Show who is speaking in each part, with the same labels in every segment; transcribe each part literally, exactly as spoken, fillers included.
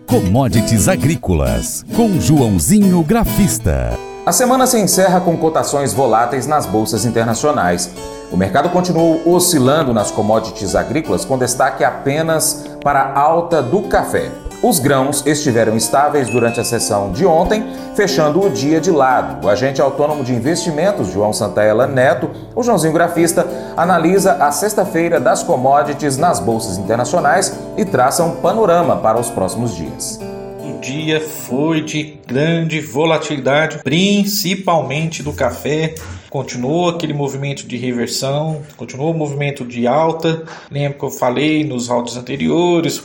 Speaker 1: Commodities Agrícolas, com Joãozinho Grafista. A semana se encerra com cotações voláteis nas bolsas internacionais. O mercado continuou oscilando nas commodities agrícolas, com destaque apenas para a alta do café. Os grãos estiveram estáveis durante a sessão de ontem, fechando o dia de lado. O agente autônomo de investimentos, João Santaella Neto, o Joãozinho Grafista, analisa a sexta-feira das commodities nas bolsas internacionais e traça um panorama para os próximos dias.
Speaker 2: O dia foi de grande volatilidade, principalmente do café. Continuou aquele movimento de reversão, continuou o movimento de alta. Lembro que eu falei nos áudios anteriores,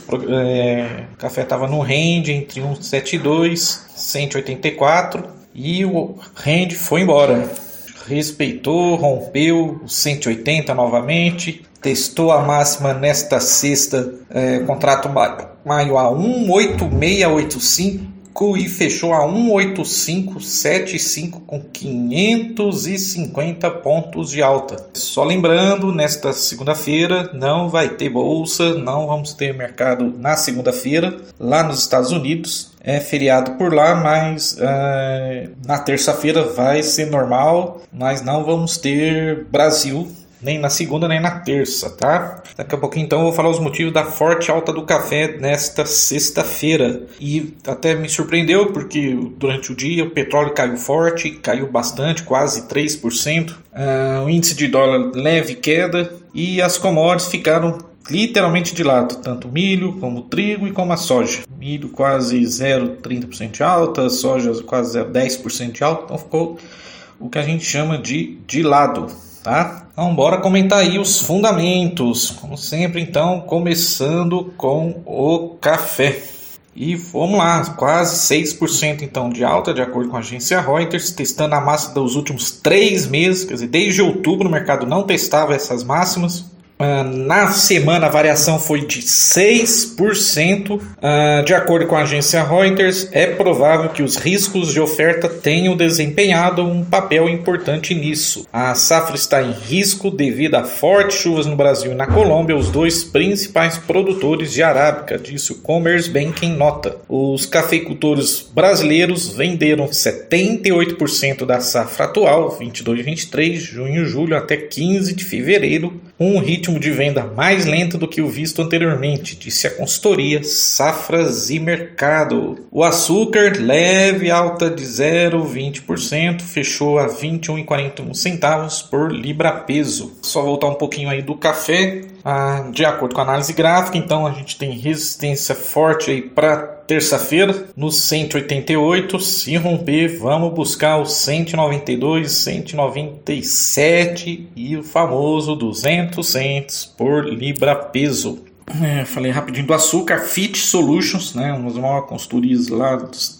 Speaker 2: é, o café estava no range entre cento e setenta e dois e cento e oitenta e quatro e o range foi embora. Respeitou, rompeu o cento e oitenta novamente, testou a máxima nesta sexta, é, contrato maio a um oito seis oito cinco e fechou a um oito cinco sete cinco com quinhentos e cinquenta pontos de alta. Só lembrando, nesta segunda-feira não vai ter bolsa, não vamos ter mercado na segunda-feira lá nos Estados Unidos. É feriado por lá, mas uh, na terça-feira vai ser normal, mas não vamos ter Brasil nem na segunda nem na terça, tá? Daqui a pouquinho então eu vou falar os motivos da forte alta do café nesta sexta-feira. E até me surpreendeu porque durante o dia o petróleo caiu forte, caiu bastante, quase três por cento. Uh, o índice de dólar leve queda e as commodities ficaram literalmente de lado, tanto o milho como o trigo e como a soja. Milho quase zero vírgula trinta por cento de alta, soja quase zero vírgula dez por cento de alta, então ficou o que a gente chama de de lado. Tá? Então bora comentar aí os fundamentos, como sempre então, começando com o café. E vamos lá, quase seis por cento então de alta, de acordo com a agência Reuters, testando a máxima dos últimos três meses, quer dizer, desde outubro o mercado não testava essas máximas. Uh, na semana a variação foi de seis por cento. Uh, de acordo com a agência Reuters, é provável que os riscos de oferta tenham desempenhado um papel importante nisso. A safra está em risco devido a fortes chuvas no Brasil e na Colômbia, os dois principais produtores de arábica, disse o Commerzbank em nota. Os cafeicultores brasileiros venderam setenta e oito por cento da safra atual, vinte e dois e vinte e três, junho e julho até quinze de fevereiro, um ritmo de venda mais lento do que o visto anteriormente, disse a consultoria Safras e Mercado. O açúcar, leve alta de zero vírgula vinte por cento, fechou a vinte e um reais e quarenta e um centavos por libra-peso. Só voltar um pouquinho aí do café. Ah, de acordo com a análise gráfica, então a gente tem resistência forte aí para terça-feira no cento e oitenta e oito, se romper vamos buscar o cento e noventa e dois, cento e noventa e sete e o famoso duzentos centos por libra-peso. É, falei rapidinho do açúcar. Fit Solutions, né, uma das maiores consultorias lá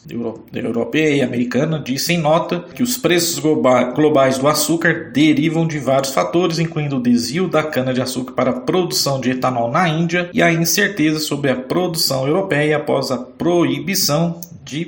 Speaker 2: da europeia e americana, disse em nota que os preços globais do açúcar derivam de vários fatores, incluindo o desvio da cana-de-açúcar para a produção de etanol na Índia e a incerteza sobre a produção europeia após a proibição de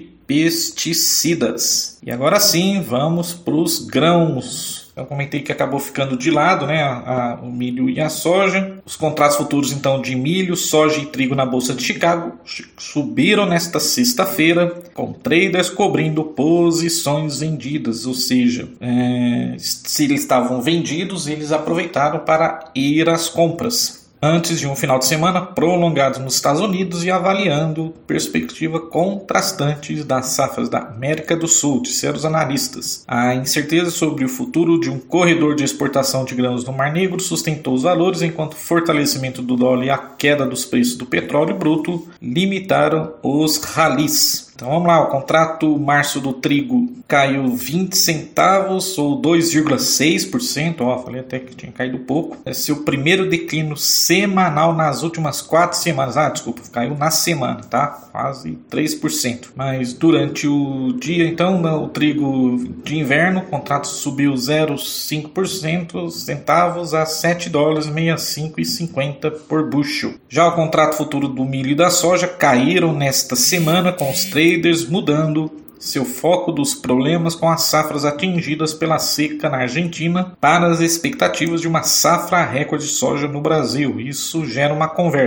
Speaker 2: pesticidas. E agora sim, vamos para os grãos. Eu comentei que acabou ficando de lado, né, a, a, o milho e a soja. Os contratos futuros então de milho, soja e trigo na Bolsa de Chicago subiram nesta sexta-feira, com traders cobrindo posições vendidas, ou seja, é, se eles estavam vendidos, eles aproveitaram para ir às compras. Antes de um final de semana prolongado nos Estados Unidos e avaliando perspectiva contrastantes das safras da América do Sul, disseram os analistas. A incerteza sobre o futuro de um corredor de exportação de grãos no Mar Negro sustentou os valores, enquanto o fortalecimento do dólar e a queda dos preços do petróleo bruto limitaram os rallies. Então vamos lá, o contrato março do trigo caiu vinte centavos ou dois vírgula seis por cento, ó, falei até que tinha caído pouco. Esse é o primeiro declínio semanal nas últimas quatro semanas. Ah, desculpa, caiu na semana, tá? Quase três por cento. Mas durante o dia, então, o trigo de inverno, o contrato subiu zero vírgula cinco por cento centavos a sete dólares sessenta e cinco e cinquenta por bushel. Já o contrato futuro do milho e da soja caíram nesta semana, com os traders mudando seu foco dos problemas com as safras atingidas pela seca na Argentina para as expectativas de uma safra recorde de soja no Brasil. Isso gera uma conversa.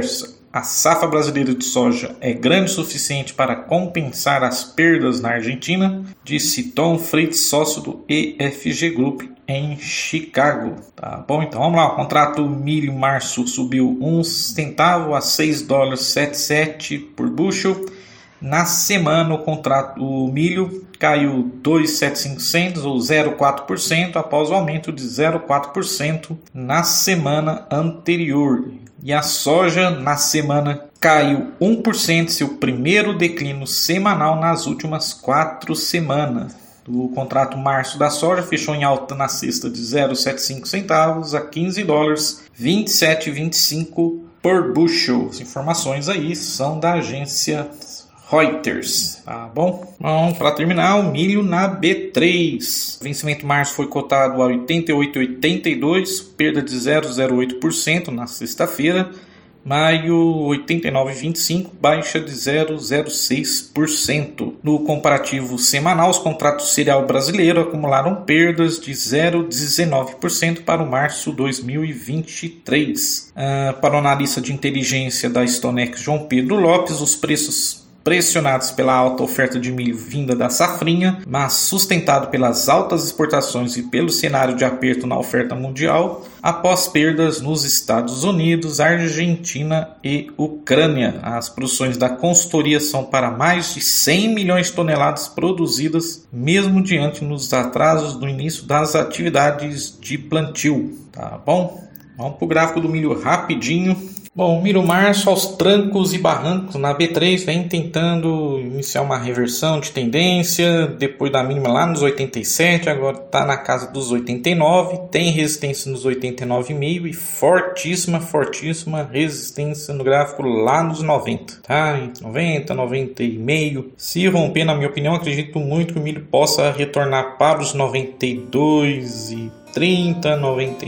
Speaker 2: A safra brasileira de soja é grande o suficiente para compensar as perdas na Argentina, disse Tom Freitas, sócio do E F G Group em Chicago. Tá bom, então vamos lá. O contrato milho março subiu um centavo a seis dólares e setenta e sete por bushel. Na semana, o contrato o milho caiu dois vírgula setenta e cinco centos ou zero vírgula quatro por cento após o aumento de zero vírgula quatro por cento na semana anterior. E a soja na semana caiu um por cento, seu primeiro declínio semanal nas últimas quatro semanas. O contrato março da soja fechou em alta na sexta de zero vírgula setenta e cinco centavos a quinze dólares e vinte e sete centavos e vinte e cinco por bushel. As informações aí são da agência Reuters, tá bom? Bom, para terminar, o milho na B três. O vencimento março foi cotado a oitenta e oito vírgula oitenta e dois, perda de zero vírgula zero oito por cento na sexta-feira. Maio, oitenta e nove vírgula vinte e cinco, baixa de zero vírgula zero seis por cento. No comparativo semanal, os contratos cereal brasileiro acumularam perdas de zero vírgula dezenove por cento para o março dois mil e vinte e três. Uh, para o analista de inteligência da Stonex, João Pedro Lopes, os preços pressionados pela alta oferta de milho vinda da safrinha, mas sustentado pelas altas exportações e pelo cenário de aperto na oferta mundial, após perdas nos Estados Unidos, Argentina e Ucrânia. As produções da consultoria são para mais de cem milhões de toneladas produzidas, mesmo diante dos atrasos do início das atividades de plantio. Tá bom? Vamos para o gráfico do milho rapidinho. Bom, o milho março aos trancos e barrancos na B três vem tentando iniciar uma reversão de tendência, depois da mínima lá nos oitenta e sete, agora está na casa dos oitenta e nove, tem resistência nos oitenta e nove vírgula cinco e fortíssima, fortíssima resistência no gráfico lá nos noventa, tá? Entre noventa, noventa e cinco. Se romper, na minha opinião, acredito muito que o milho possa retornar para os noventa e dois e trinta, noventa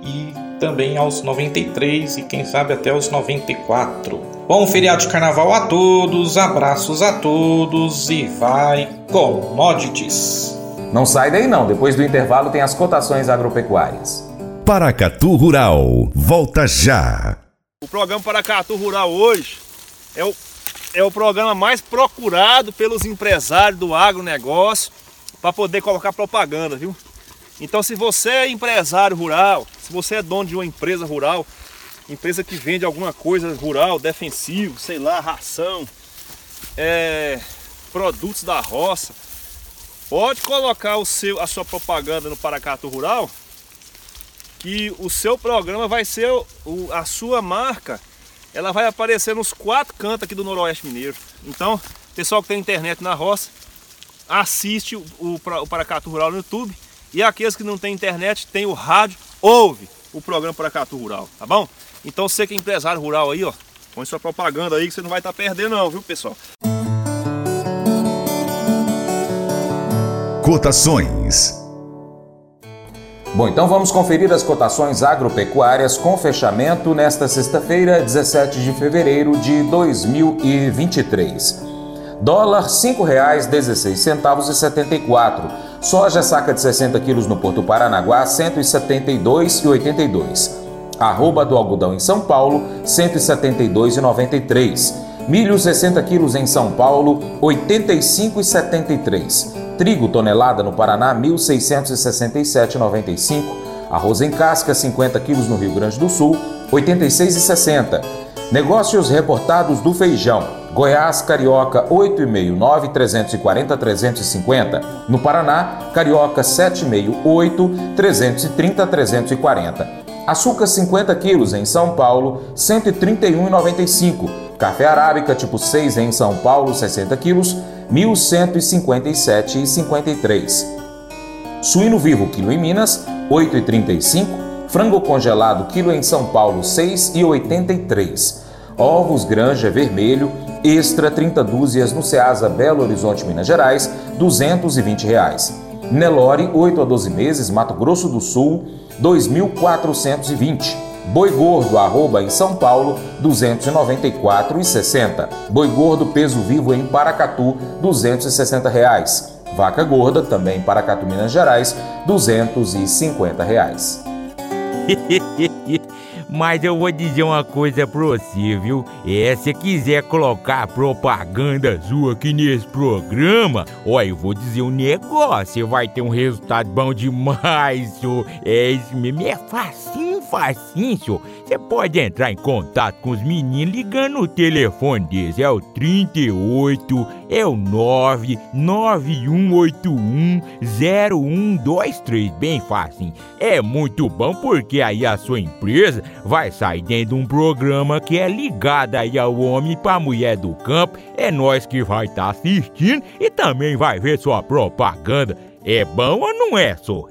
Speaker 2: e também aos noventa e três e quem sabe até aos noventa e quatro. Bom feriado de carnaval a todos, abraços a todos e vai commodities.
Speaker 1: Não sai daí não, depois do intervalo tem as cotações agropecuárias.
Speaker 3: Paracatu Rural, volta já.
Speaker 4: O programa Paracatu Rural hoje é o, é o programa mais procurado pelos empresários do agronegócio para poder colocar propaganda, viu? Então, se você é empresário rural, se você é dono de uma empresa rural, empresa que vende alguma coisa rural, defensivo, sei lá, ração, é, produtos da roça, pode colocar o seu, a sua propaganda no Paracatu Rural, que o seu programa vai ser, o, a sua marca, ela vai aparecer nos quatro cantos aqui do Noroeste Mineiro. Então, pessoal que tem internet na roça, assiste o, o, o Paracatu Rural no YouTube. E aqueles que não tem internet, tem o rádio, ouve o programa Paracatu Rural, tá bom? Então você que é empresário rural aí, ó, põe sua propaganda aí que você não vai estar perdendo não, viu, pessoal?
Speaker 3: Cotações.
Speaker 1: Bom, então vamos conferir as cotações agropecuárias com fechamento nesta sexta-feira, dezessete de fevereiro de dois mil e vinte e três. Dólar cinco reais e dezesseis centavos e setenta e quatro. Soja saca de sessenta quilos no Porto Paranaguá, cento e setenta e dois reais e oitenta e dois centavos. Arroba do algodão em São Paulo, cento e setenta e dois reais e noventa e três centavos. Milho sessenta quilos em São Paulo, oitenta e cinco reais e setenta e três centavos. Trigo tonelada no Paraná, mil seiscentos e sessenta e sete reais e noventa e cinco centavos. Arroz em casca, cinquenta quilos no Rio Grande do Sul, oitenta e seis reais e sessenta centavos. Negócios reportados do feijão. Goiás, Carioca, oito vírgula cinco, nove, trezentos e quarenta, trezentos e cinquenta. No Paraná, Carioca, sete vírgula cinco, oito, trezentos e trinta, trezentos e quarenta. Açúcar, cinquenta quilos em São Paulo, cento e trinta e um reais e noventa e cinco. Café arábica tipo seis em São Paulo, sessenta quilos, mil cento e cinquenta e sete reais e cinquenta e três. Suíno vivo, quilo em Minas, oito reais e trinta e cinco. Frango congelado, quilo em São Paulo, seis reais e oitenta e três. Ovos Granja Vermelho, extra trinta dúzias no Ceasa Belo Horizonte, Minas Gerais, duzentos e vinte reais. Nelore, oito a doze meses, Mato Grosso do Sul, dois mil quatrocentos e vinte. Boi gordo, arroba em São Paulo, duzentos e noventa e quatro reais e sessenta. Boi gordo peso vivo em Paracatu, duzentos e sessenta reais. Vaca gorda, também em Paracatu, Minas Gerais, duzentos e cinquenta reais.
Speaker 5: Mas eu vou dizer uma coisa pra você, viu? É, se quiser colocar propaganda sua aqui nesse programa, ó, eu vou dizer um negócio, você vai ter um resultado bom demais, senhor. É isso mesmo, é facinho, facinho, senhor. Você pode entrar em contato com os meninos ligando no telefone deles, é o trinta e oito, é o nove nove um oito um zero um dois três, bem facinho. É muito bom porque aí a sua empresa vai sair dentro de um programa que é ligado aí ao homem pra mulher do campo. É nós que vai estar tá assistindo e também vai ver sua propaganda. É bom ou não é, só?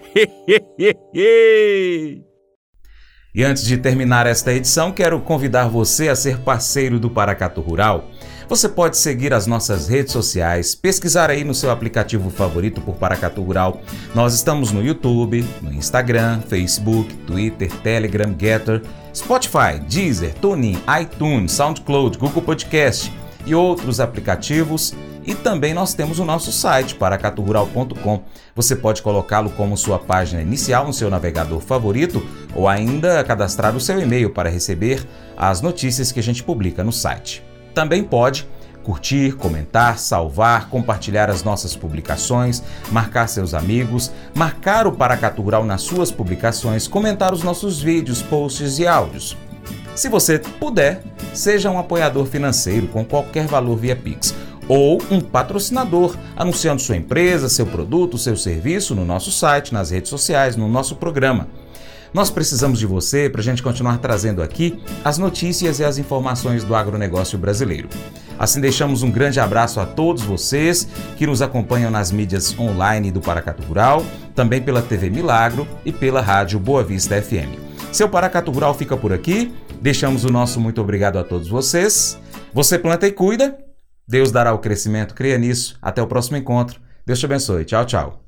Speaker 1: E antes de terminar esta edição, quero convidar você a ser parceiro do Paracatu Rural. Você pode seguir as nossas redes sociais, pesquisar aí no seu aplicativo favorito por Paracatu Rural. Nós estamos no YouTube, no Instagram, Facebook, Twitter, Telegram, Getter, Spotify, Deezer, TuneIn, iTunes, SoundCloud, Google Podcast e outros aplicativos. E também nós temos o nosso site, paracatu rural ponto com. Você pode colocá-lo como sua página inicial no seu navegador favorito ou ainda cadastrar o seu e-mail para receber as notícias que a gente publica no site. Também pode curtir, comentar, salvar, compartilhar as nossas publicações, marcar seus amigos, marcar o Paracatu Rural nas suas publicações, comentar os nossos vídeos, posts e áudios. Se você puder, seja um apoiador financeiro com qualquer valor via Pix ou um patrocinador, anunciando sua empresa, seu produto, seu serviço no nosso site, nas redes sociais, no nosso programa. Nós precisamos de você para a gente continuar trazendo aqui as notícias e as informações do agronegócio brasileiro. Assim deixamos um grande abraço a todos vocês que nos acompanham nas mídias online do Paracatu Rural, também pela T V Milagro e pela Rádio Boa Vista F M. Seu Paracatu Rural fica por aqui, deixamos o nosso muito obrigado a todos vocês. Você planta e cuida, Deus dará o crescimento, creia nisso. Até o próximo encontro. Deus te abençoe. Tchau, tchau.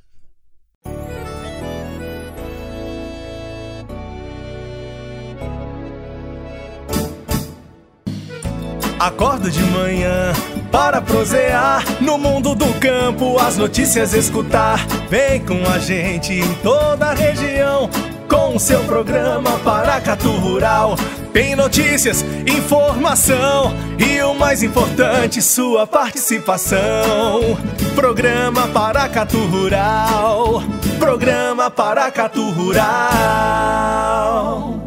Speaker 6: Acordo de manhã para prosear no mundo do campo, as notícias escutar. Vem com a gente em toda a região com o seu programa Paracatu Rural. Tem notícias, informação e o mais importante, sua participação. Programa Paracatu Rural. Programa Paracatu Rural.